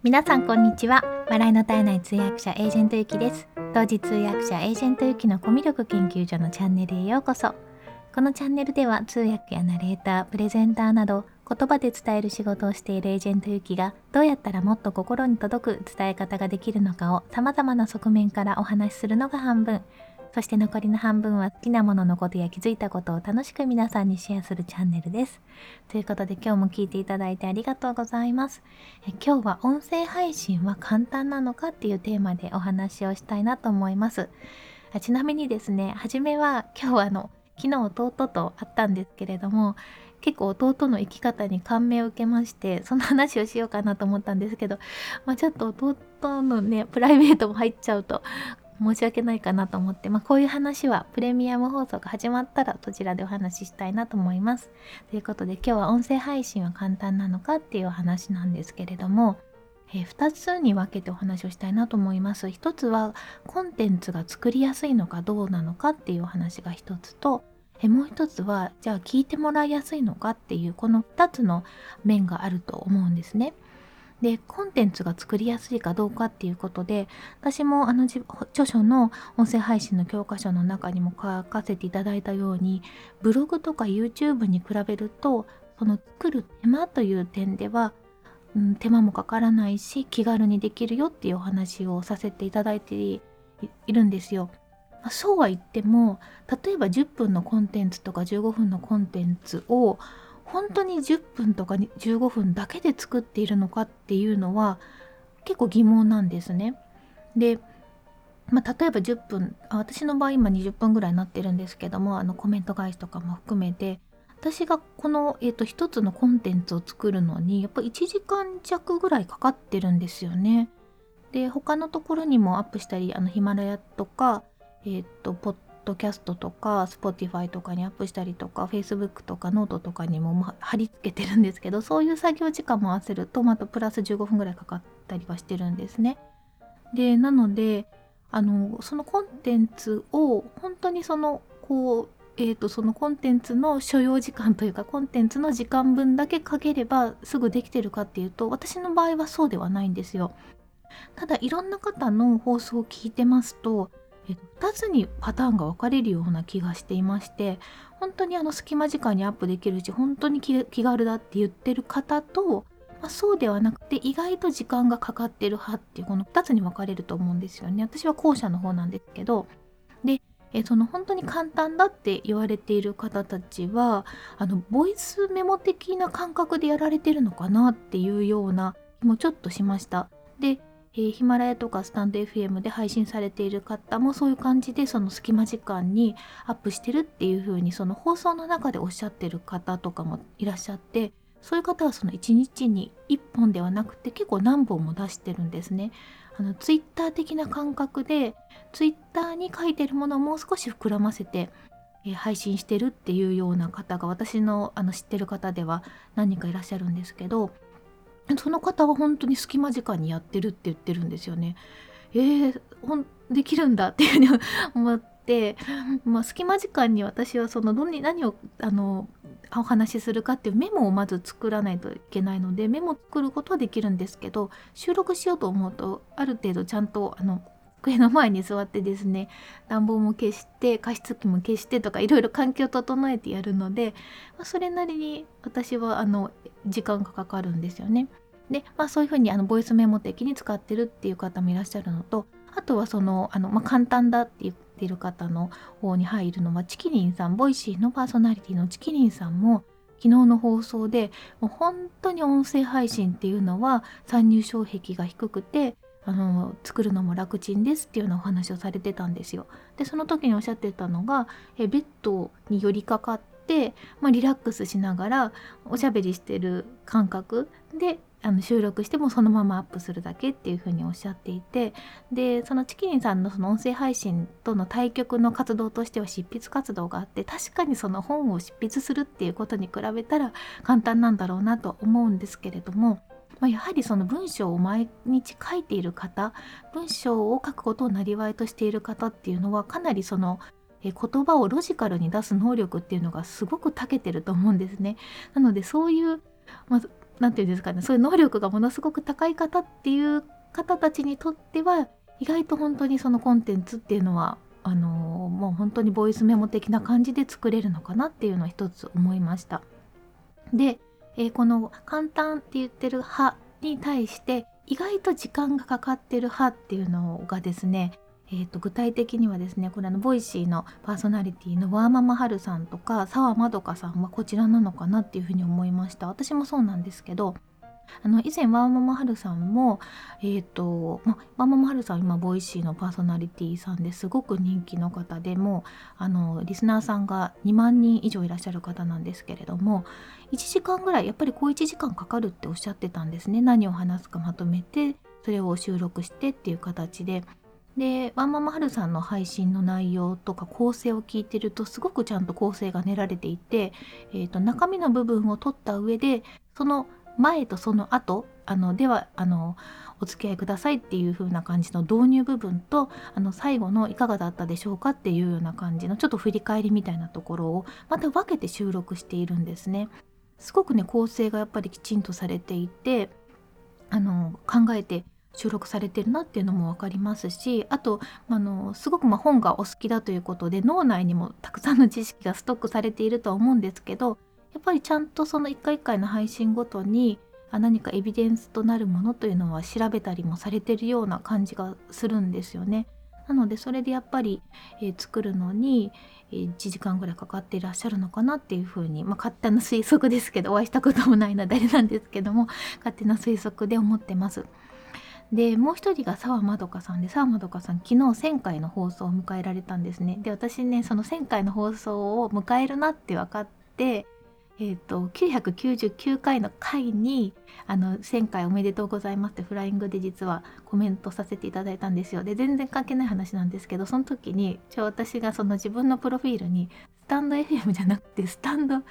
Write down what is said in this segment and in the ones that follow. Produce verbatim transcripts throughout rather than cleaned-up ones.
皆さんこんにちは。笑いの絶えない通訳者エージェントゆきです。同時通訳者エージェントゆきのコミュ力研究所のチャンネルへようこそ。このチャンネルでは通訳やナレーター、プレゼンターなど言葉で伝える仕事をしているエージェントゆきがどうやったらもっと心に届く伝え方ができるのかを様々な側面からお話しするのが半分、そして残りの半分は好きなもののことや気づいたことを楽しく皆さんにシェアするチャンネルです。ということで今日も聞いていただいてありがとうございます。え今日は音声配信は簡単なのかっていうテーマでお話をしたいなと思います。あちなみにですね、初めは今日はあの昨日弟と会ったんですけれども、結構弟の生き方に感銘を受けまして、その話をしようかなと思ったんですけど、まあ、ちょっと弟のねプライベートも入っちゃうと申し訳ないかなと思って、まあ、こういう話はプレミアム放送が始まったらそちらでお話ししたいなと思います。ということで今日は音声配信は簡単なのかっていうお話なんですけれども、えー、ふたつに分けてお話をしたいなと思います。ひとつはコンテンツが作りやすいのかどうなのかっていうお話がひとつと、えーもうひとつはじゃあ聞いてもらいやすいのかっていうこのふたつの面があると思うんですね。でコンテンツが作りやすいかどうかっていうことで、私もあの著書の音声配信の教科書の中にも書かせていただいたように、ブログとか YouTube に比べるとその作る手間という点では、うん、手間もかからないし気軽にできるよっていうお話をさせていただいているんですよ。まあそうは言っても、例えばじゅっぷんのコンテンツとかじゅうごふんのコンテンツを本当にじゅっぷんとかじゅうごふんだけで作っているのかっていうのは結構疑問なんですね。で、まあ、例えばじゅっぷん、あ私の場合今にじゅっぷんぐらいになってるんですけども、あのコメント返しとかも含めて、私がこの、えーと、一つのコンテンツを作るのにやっぱりいちじかん弱ぐらいかかってるんですよね。で他のところにもアップしたり、あのヒマラヤとか、えーとポッドキャストとか Spotify とかにアップしたりとか Facebook とかノートとかにも、まあ、貼り付けてるんですけど、そういう作業時間も合わせるとまたプラスじゅうごふんぐらいかかったりはしてるんですね。でなのであのそのコンテンツを本当にそのこうえーとそのコンテンツの所要時間というかコンテンツの時間分だけかければすぐできてるかっていうと、私の場合はそうではないんですよ。ただいろんな方の放送を聞いてますと、えっと、ふたつにパターンが分かれるような気がしていまして、本当にあの隙間時間にアップできるし本当に気、気軽だって言ってる方と、まあ、そうではなくて意外と時間がかかってる派っていうこのふたつに分かれると思うんですよね。私は後者の方なんですけど、でえその本当に簡単だって言われている方たちはあのボイスメモ的な感覚でやられてるのかなっていうような気もちょっとしました。でえーヒマラヤとかスタンド エフエム で配信されている方もそういう感じでその隙間時間にアップしてるっていう風にその放送の中でおっしゃってる方とかもいらっしゃって、そういう方はそのいちにちにいっぽんではなくて結構何本も出してるんですね。あのツイッター的な感覚でツイッターに書いてるものをもう少し膨らませて、えー配信してるっていうような方が私の、あの知ってる方では何人かいらっしゃるんですけど、その方は本当に隙間時間にやってるって言ってるんですよね。えー、ほんできるんだっていうふうに思って、まあ、隙間時間に私はそのどに何をあのお話しするかっていうメモをまず作らないといけないので、メモを作ることはできるんですけど、収録しようと思うとある程度ちゃんとあの机の前に座ってですね、暖房も消して加湿器も消してとかいろいろ環境を整えてやるので、まあ、それなりに私はあの時間がかかるんですよね。で、まあ、そういうふうにあのボイスメモ的に使ってるっていう方もいらっしゃるのと、あとはそのあの、まあ、簡単だって言ってる方の方に入るのはチキリンさん、ボイシーのパーソナリティのチキリンさんも昨日の放送でもう本当に音声配信っていうのは参入障壁が低くて、あの作るのも楽ちんですっていうようなお話をされてたんですよ。でその時におっしゃってたのが、えベッドに寄りかかって、まあ、リラックスしながらおしゃべりしてる感覚であの収録してもそのままアップするだけっていう風におっしゃっていて、でそのチキリンさんのその音声配信との対極の活動としては執筆活動があって、確かにその本を執筆するっていうことに比べたら簡単なんだろうなと思うんですけれども、まあ、やはりその文章を毎日書いている方、文章を書くことを生りとしている方っていうのはかなりそのえ言葉をロジカルに出す能力っていうのがすごく長けてると思うんですね。なのでそういう、まあ、 なんていうんですかね、そういう能力がものすごく高い方っていう方たちにとっては意外と本当にそのコンテンツっていうのはあのもう本当にボイスメモ的な感じで作れるのかなっていうのを一つ思いました。で、えーこの簡単って言ってる派に対して意外と時間がかかってる派っていうのがですね、えーと具体的にはですね、これあのボイシーのパーソナリティのワーママハルさんとか澤まどかさんはこちらなのかなっていうふうに思いました。私もそうなんですけど、あの以前ワーママハルさんもえっ、と、ま、ワーママハルさん今ボイシーのパーソナリティさんですごく人気の方で、もうあのリスナーさんがにまんにん以上いらっしゃる方なんですけれども、いちじかんぐらいやっぱりこういちじかんかかるっておっしゃってたんですね。何を話すかまとめてそれを収録してっていう形で。でワンママハルさんの配信の内容とか構成を聞いてるとすごくちゃんと構成が練られていて、えーと中身の部分を取った上でその前とその後あのではあのお付き合いくださいっていう風な感じの導入部分と、あの最後のいかがだったでしょうかっていうような感じのちょっと振り返りみたいなところをまた分けて収録しているんですね。すごくね構成がやっぱりきちんとされていて、あの考えて収録されてるなっていうのも分かりますし、あとあのすごくまあ本がお好きだということで脳内にもたくさんの知識がストックされているとは思うんですけど、やっぱりちゃんとその一回一回の配信ごとにあ何かエビデンスとなるものというのは調べたりもされてるような感じがするんですよね。なのでそれでやっぱり、えー作るのに、えーいちじかんぐらいかかっていらっしゃるのかなっていうふうに、まあ、勝手な推測ですけど、お会いしたこともないのであれなんですけども、勝手な推測で思ってます。でもう一人が澤まどかさんで、澤まどかさん昨日せんかいの放送を迎えられたんですね。で私ねそのせんかいの放送を迎えるなって分かって、えー、ときゅうひゃくきゅうじゅうきゅうかいの回にあのせんかいおめでとうございますってフライングで実はコメントさせていただいたんですよ。で全然関係ない話なんですけど、その時にちょ私がその自分のプロフィールにスタンド エフエム じゃなくてスタンド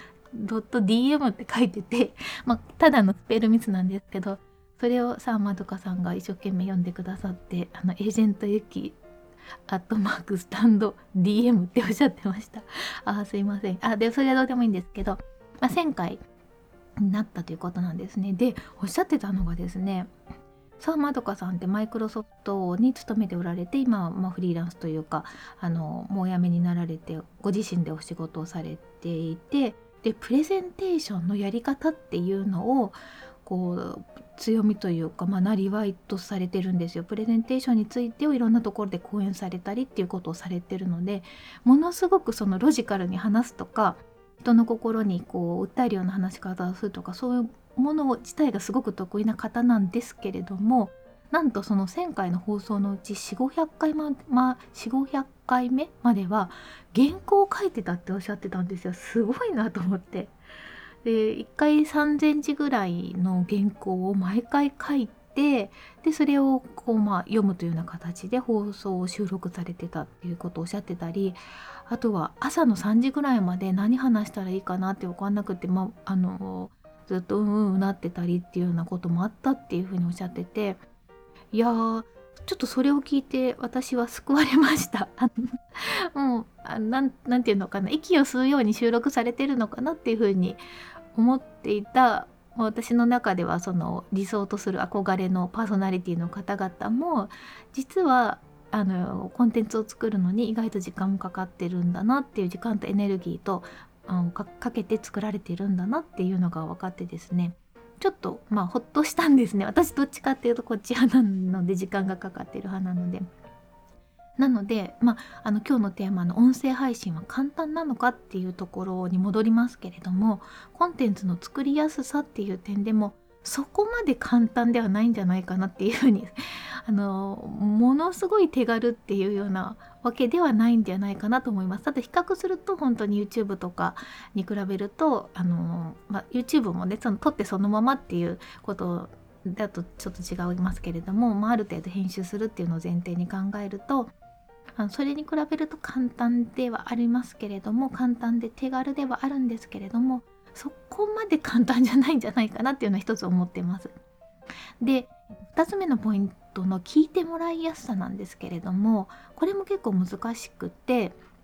.dm って書いてて、まあ、ただのスペルミスなんですけど、それをさあまどかさんが一生懸命読んでくださって、あのエージェントゆきアットマークスタンド ディーエム っておっしゃってました。あーすいません。あでそれはどうでもいいんですけど、まあ、せんかいになったということなんですね。でおっしゃってたのがですね、さあまどかさんってマイクロソフトに勤めておられて、今はまあフリーランスというかあのもうお辞めになられてご自身でお仕事をされていて、でプレゼンテーションのやり方っていうのをこう強みというか、まあ、なりわいとされてるんですよ。プレゼンテーションについてをいろんなところで講演されたりっていうことをされてるので、ものすごくそのロジカルに話すとか、人の心にこう訴えるような話し方をするとか、そういうもの自体がすごく得意な方なんですけれども、なんとそのせんかいの放送のうちよんひゃくごひゃっかいま、まあ、よんひゃくごひゃっかいめまでは原稿を書いてたっておっしゃってたんですよ。すごいなと思って。でいっかいさんぜんじぐらいの原稿を毎回書いて、でそれをこう、まあ、読むというような形で放送を収録されてたっていうことをおっしゃってたり、あとは朝のさんじぐらいまで何話したらいいかなって分かんなくて、まあ、あのずっとうんうんうなってたりっていうようなこともあったっていうふうにおっしゃってて、いやーちょっとそれを聞いて私は救われました。あのもうあなん、なんていうのかな、息を吸うように収録されてるのかなっていうふうに思っていた。私の中ではその理想とする憧れのパーソナリティの方々も実はあのコンテンツを作るのに意外と時間もかかってるんだなっていう、時間とエネルギーとあのかかけて作られているんだなっていうのが分かってですね、ちょっとまあほっとしたんですね。私どっちかっていうとこっち派なので、時間がかかってる派なので。なので、まあ、あの今日のテーマの音声配信は簡単なのかっていうところに戻りますけれども、コンテンツの作りやすさっていう点でもそこまで簡単ではないんじゃないかなっていうふうにあのものすごい手軽っていうようなわけではないんじゃないかなと思います。ただ比較すると本当に YouTube とかに比べるとあの、まあ、YouTube もねその撮ってそのままっていうことだとちょっと違いますけれども、まあ、ある程度編集するっていうのを前提に考えると、あのそれに比べると簡単ではありますけれども、簡単で手軽ではあるんですけれども、そこまで簡単じゃないんじゃないかなっていうのは一つ思ってます。でふたつめのポイントの聞いてもらいやすさなんですけれども、これも結構難しくて、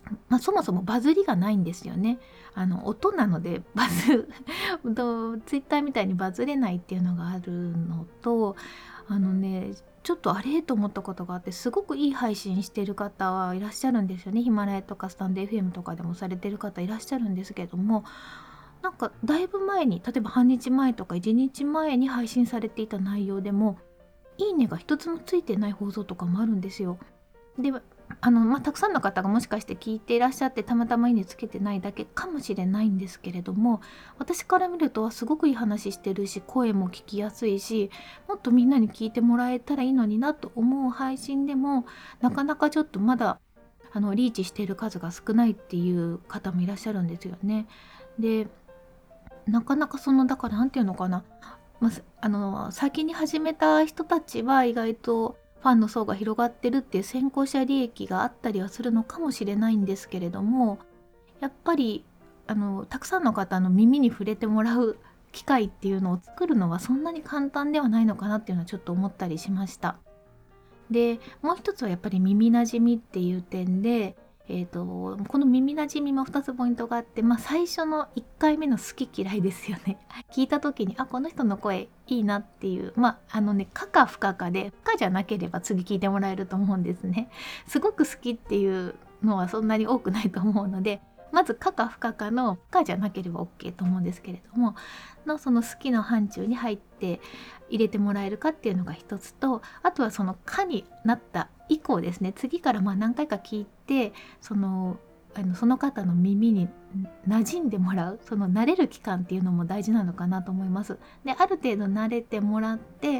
まあ、そもそもバズりがないんですよね。あの音なのでバズとツイッターみたいにバズれないっていうのがあるのと、あのねちょっとあれと思ったことがあって、すごくいい配信してる方はいらっしゃるんですよね。ヒマラヤとかスタンド エフエム とかでもされてる方いらっしゃるんですけども、なんかだいぶ前に、例えば半日前とかいちにちまえに配信されていた内容でもいいねが一つもついてない放送とかもあるんですよ。であの、まあ、たくさんの方がもしかして聞いていらっしゃって、たまたまいいねつけてないだけかもしれないんですけれども、私から見るとすごくいい話してるし、声も聞きやすいし、もっとみんなに聞いてもらえたらいいのになと思う配信でも、なかなかちょっとまだあのリーチしている数が少ないっていう方もいらっしゃるんですよね。でなかなかそのだからなんていうのかな、まあ、あの先に始めた人たちは意外とファンの層が広がってるっていう先行者利益があったりはするのかもしれないんですけれども、やっぱりあのたくさんの方の耳に触れてもらう機会っていうのを作るのはそんなに簡単ではないのかなっていうのはちょっと思ったりしました。でもう一つはやっぱり耳なじみっていう点で、えーと、この耳なじみもふたつポイントがあって、まあ、最初のいっかいめの好き嫌いですよね。聞いた時にあこの人の声いいなっていう、まああのね可か不可かで、不可じゃなければ次聞いてもらえると思うんですね。すごく好きっていうのはそんなに多くないと思うので、まず可か不可かの不可じゃなければ OK と思うんですけれども、のその好きの範疇に入って入れてもらえるかっていうのが一つと、あとはその可になった以降ですね、次からまあ何回か聞いて、そのあのその方の耳に馴染んでもらう、その慣れる期間っていうのも大事なのかなと思います。である程度慣れてもらって、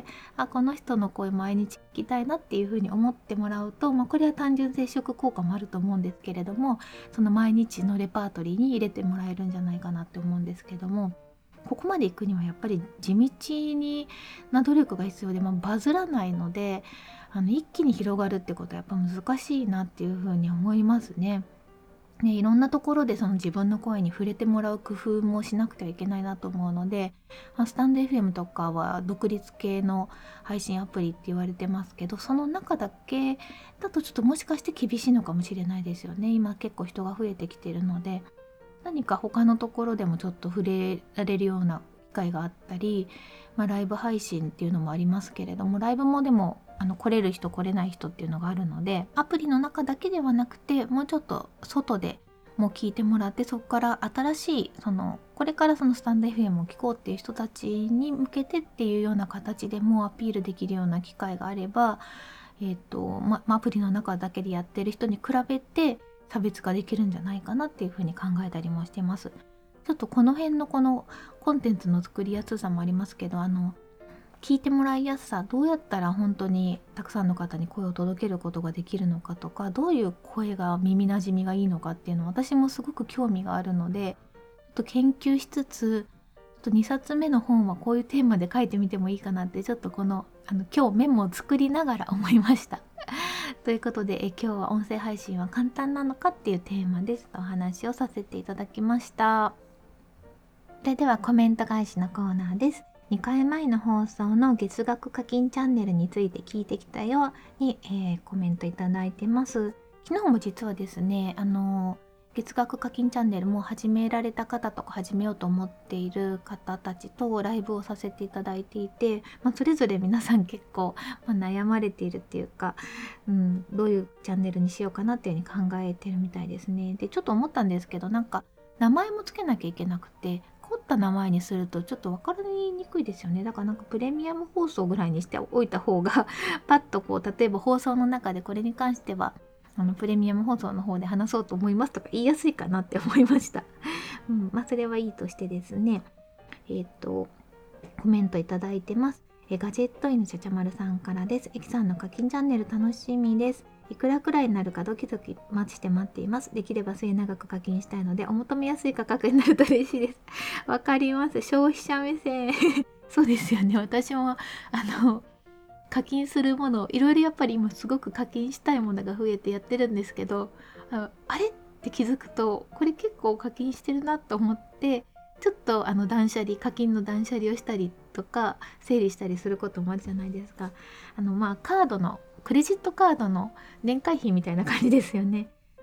あこの人の声毎日聞きたいなっていうふうに思ってもらうと、まあ、これは単純接触効果もあると思うんですけれども、その毎日のレパートリーに入れてもらえるんじゃないかなって思うんですけども、ここまで行くにはやっぱり地道にな努力が必要で、まあ、バズらないので、あの一気に広がるってことはやっぱ難しいなっていうふうに思いますね。ね、いろんなところでその自分の声に触れてもらう工夫もしなくてはいけないなと思うので、スタンド エフエム とかは独立系の配信アプリって言われてますけど、その中だけだとちょっともしかして厳しいのかもしれないですよね。今結構人が増えてきてるので、何か他のところでもちょっと触れられるような機会があったり、まあ、ライブ配信っていうのもありますけれども、ライブもでもあの来れる人来れない人っていうのがあるので、アプリの中だけではなくてもうちょっと外でも聞いてもらって、そこから新しいそのこれからそのスタンド エフエム を聞こうっていう人たちに向けてっていうような形でもアピールできるような機会があれば、えーとま、アプリの中だけでやってる人に比べて差別化できるんじゃないかなっていうふうに考えたりもしてます。ちょっとこの辺のこのコンテンツの作りやすさもありますけど、あの聞いてもらいやすさ、どうやったら本当にたくさんの方に声を届けることができるのかとか、どういう声が耳なじみがいいのかっていうのは私もすごく興味があるので、ちょっと研究しつつ、ちょっとにさつめの本はこういうテーマで書いてみてもいいかなって、ちょっとこのあの今日メモを作りながら思いました。ということでえ今日は音声配信は簡単なのかっていうテーマですとお話をさせていただきました。それではコメント返しのコーナーです。にかいまえの放送の月額課金チャンネルについて聞いてきたよに、えー、コメントいただいてます。昨日も実はですね、あのー月額課金チャンネルも始められた方とか始めようと思っている方たちとライブをさせていただいていて、まあ、それぞれ皆さん結構、まあ、悩まれているっていうか、うん、どういうチャンネルにしようかなっていうふうに考えてるみたいですね。でちょっと思ったんですけど、なんか名前もつけなきゃいけなくて、凝った名前にするとちょっと分かりにくいですよね。だからなんかプレミアム放送ぐらいにしておいた方がパッとこう、例えば放送の中でこれに関してはあのプレミアム放送の方で話そうと思いますとか言いやすいかなって思いました。うん、まあそれはいいとしてですね、えっとコメントいただいてます。えガジェットイのちゃちゃまるさんからです。えきさんの課金チャンネル楽しみです。いくらくらいになるかドキドキ待ちして待っています。できれば末長く課金したいのでお求めやすい価格になると嬉しいです。わかります。消費者目線そうですよね。私もあの課金するものいろいろやっぱり今すごく課金したいものが増えてやってるんですけど、ああれって気づくとこれ結構課金してるなと思って、ちょっとあの断捨離課金の断捨離をしたりとか整理したりすることもあるじゃないですか。あのまあカードのクレジットカードの年会費みたいな感じですよね。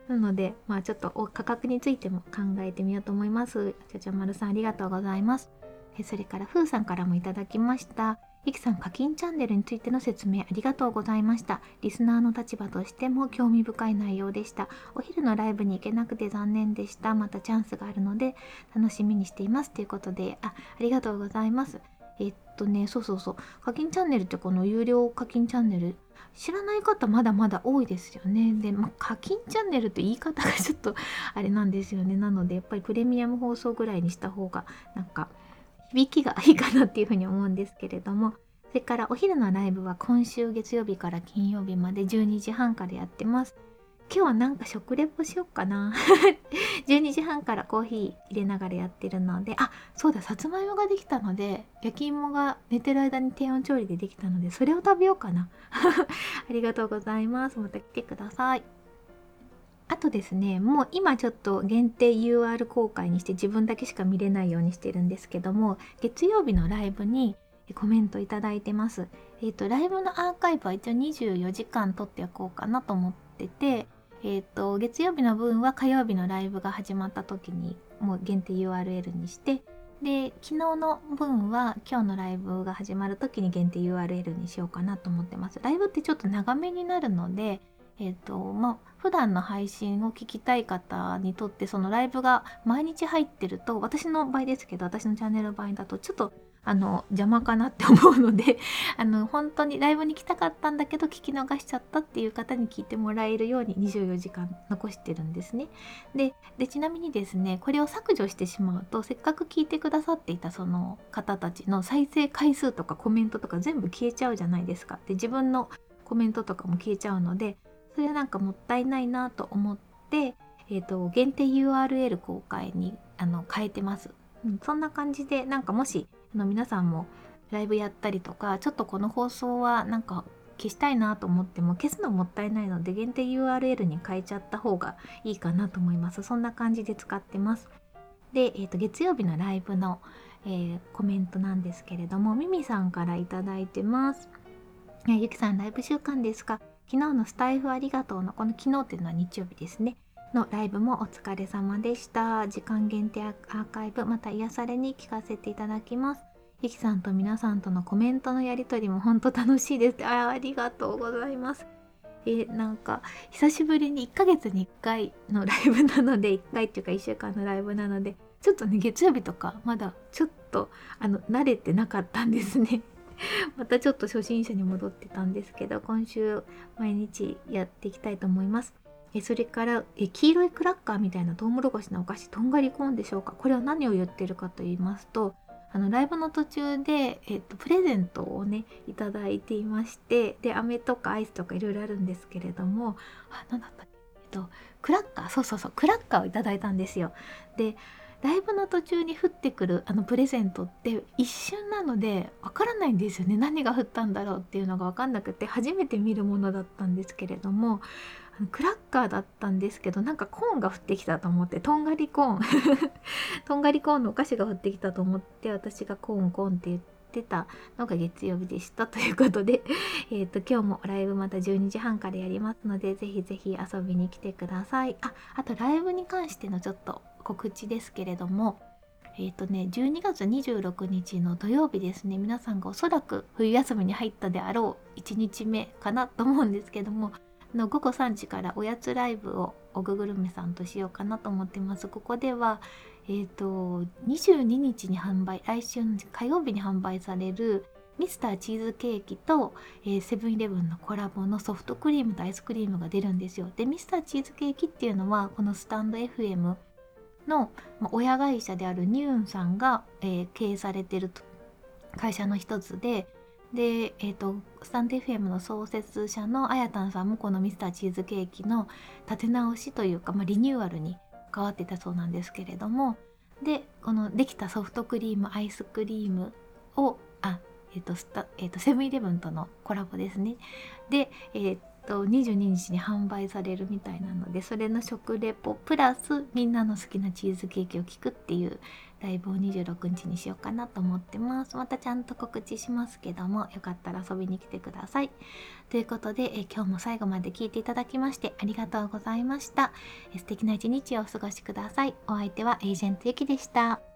なので、まあちょっと価格についても考えてみようと思います。ちゃちゃまるさんありがとうございます。えそれからふうさんからもいただきました。ゆきさん、課金チャンネルについての説明ありがとうございました。リスナーの立場としても興味深い内容でした。お昼のライブに行けなくて残念でした。またチャンスがあるので楽しみにしています。ということで、あ、ありがとうございます。えっとね、そうそうそう。課金チャンネルってこの有料課金チャンネル、知らない方まだまだ多いですよね。で、まあ、課金チャンネルって言い方がちょっとあれなんですよね。なので、やっぱりプレミアム放送ぐらいにした方が、なんか、響きがいいかなっていうふうに思うんですけれども、それからお昼のライブは今週月曜日から金曜日までじゅうにじはんからやってます。今日はなんか食レポしよっかなじゅうにじはんからコーヒー入れながらやってるので、あ、そうだ、さつまいもができたので、焼き芋が寝てる間に低温調理でできたので、それを食べようかなありがとうございます。また来てください。あとですね、もう今ちょっと限定 ユーアール 公開にして自分だけしか見れないようにしてるんですけども、月曜日のライブにコメントいただいてます。えっと、ライブのアーカイブは一応にじゅうよじかん撮っておこうかなと思ってて、えっと、月曜日の分は火曜日のライブが始まった時にもう限定 ユーアールエル にして、で、昨日の分は今日のライブが始まる時に限定 ユーアールエル にしようかなと思ってます。ライブってちょっと長めになるので、えっと、まあ、普段の配信を聞きたい方にとってそのライブが毎日入ってると、私の場合ですけど、私のチャンネルの場合だとちょっとあの邪魔かなって思うのであの本当にライブに来たかったんだけど聞き逃しちゃったっていう方に聞いてもらえるようににじゅうよじかん残してるんですね。で、でちなみにですね、これを削除してしまうとせっかく聞いてくださっていたその方たちの再生回数とかコメントとか全部消えちゃうじゃないですか。で、自分のコメントとかも消えちゃうので、それはなんかもったいないなと思って、えーと、限定 ユーアールエル 公開にあの変えてます、うん、そんな感じで、なんかもしあの皆さんもライブやったりとか、ちょっとこの放送はなんか消したいなと思っても消すのもったいないので限定 ユーアールエル に変えちゃった方がいいかなと思います。そんな感じで使ってます。で、えーと、月曜日のライブの、えー、コメントなんですけれども、ミミさんからいただいてます。ゆきさん、ライブ習慣ですか？昨日のスタイフありがとうの、この昨日っていうのは日曜日ですね、のライブもお疲れ様でした。時間限定アーカイブ、また癒されに聞かせていただきます。ゆきさんと皆さんとのコメントのやりとりも本当楽しいです。あ、ありがとうございます。えなんか久しぶりにいっかげつにいっかいのライブなので、いっかいっていうかいっしゅうかんのライブなので、ちょっとね、月曜日とかまだちょっとあの慣れてなかったんですねまたちょっと初心者に戻ってたんですけど、今週毎日やっていきたいと思います。えそれからえ黄色いクラッカーみたいなトウモロコシのお菓子、とんがりコーンでしょうか。これは何を言ってるかと言いますと、あのライブの途中で、えっと、プレゼントをねいただいていまして、で飴とかアイスとかいろいろあるんですけれども、あ、何だったっけ、えっとクラッカー、そうそうそう、クラッカーをいただいたんですよ。で、ライブの途中に降ってくるあのプレゼントって一瞬なのでわからないんですよね。何が降ったんだろうっていうのがわかんなくて、初めて見るものだったんですけれども、あのクラッカーだったんですけど、なんかコーンが降ってきたと思って、とんがりコーンとんがりコーンのお菓子が降ってきたと思って、私がコーンコーンって言ってたのが月曜日でしたということでえっと今日もライブまたじゅうにじはんからやりますので、ぜひぜひ遊びに来てください。あ、あとライブに関してのちょっと告知ですけれども、えっとね、じゅうにがつにじゅうろくにちの土曜日ですね、皆さんがおそらく冬休みに入ったであろういちにちめかなと思うんですけども、のごごさんじからおやつライブをおぐぐるめさんとしようかなと思ってます。ここでは、えっと、にじゅうににちに販売、来週の火曜日に販売されるミスターチーズケーキと、えー、セブンイレブンのコラボのソフトクリームとアイスクリームが出るんですよ。で、ミスターチーズケーキっていうのはこのスタンド エフエムの親会社であるニューンさんが、えー、経営されてる会社の一つで、で、えーと、スタンド エフエム の創設者のあやたんさんもこのミスターチーズケーキの立て直しというか、まあ、リニューアルに関わってたそうなんですけれども、でこのできたソフトクリームアイスクリームをあ、えーとスタえーとセブンイレブンとのコラボですね。で、えーとにじゅうににちに販売されるみたいなので、それの食レポプラスみんなの好きなチーズケーキを聞くっていうライブをにじゅうろくにちにしようかなと思ってます。またちゃんと告知しますけども、よかったら遊びに来てください。ということで、え今日も最後まで聞いていただきましてありがとうございました。え素敵な一日をお過ごしください。お相手はエージェントゆきでした。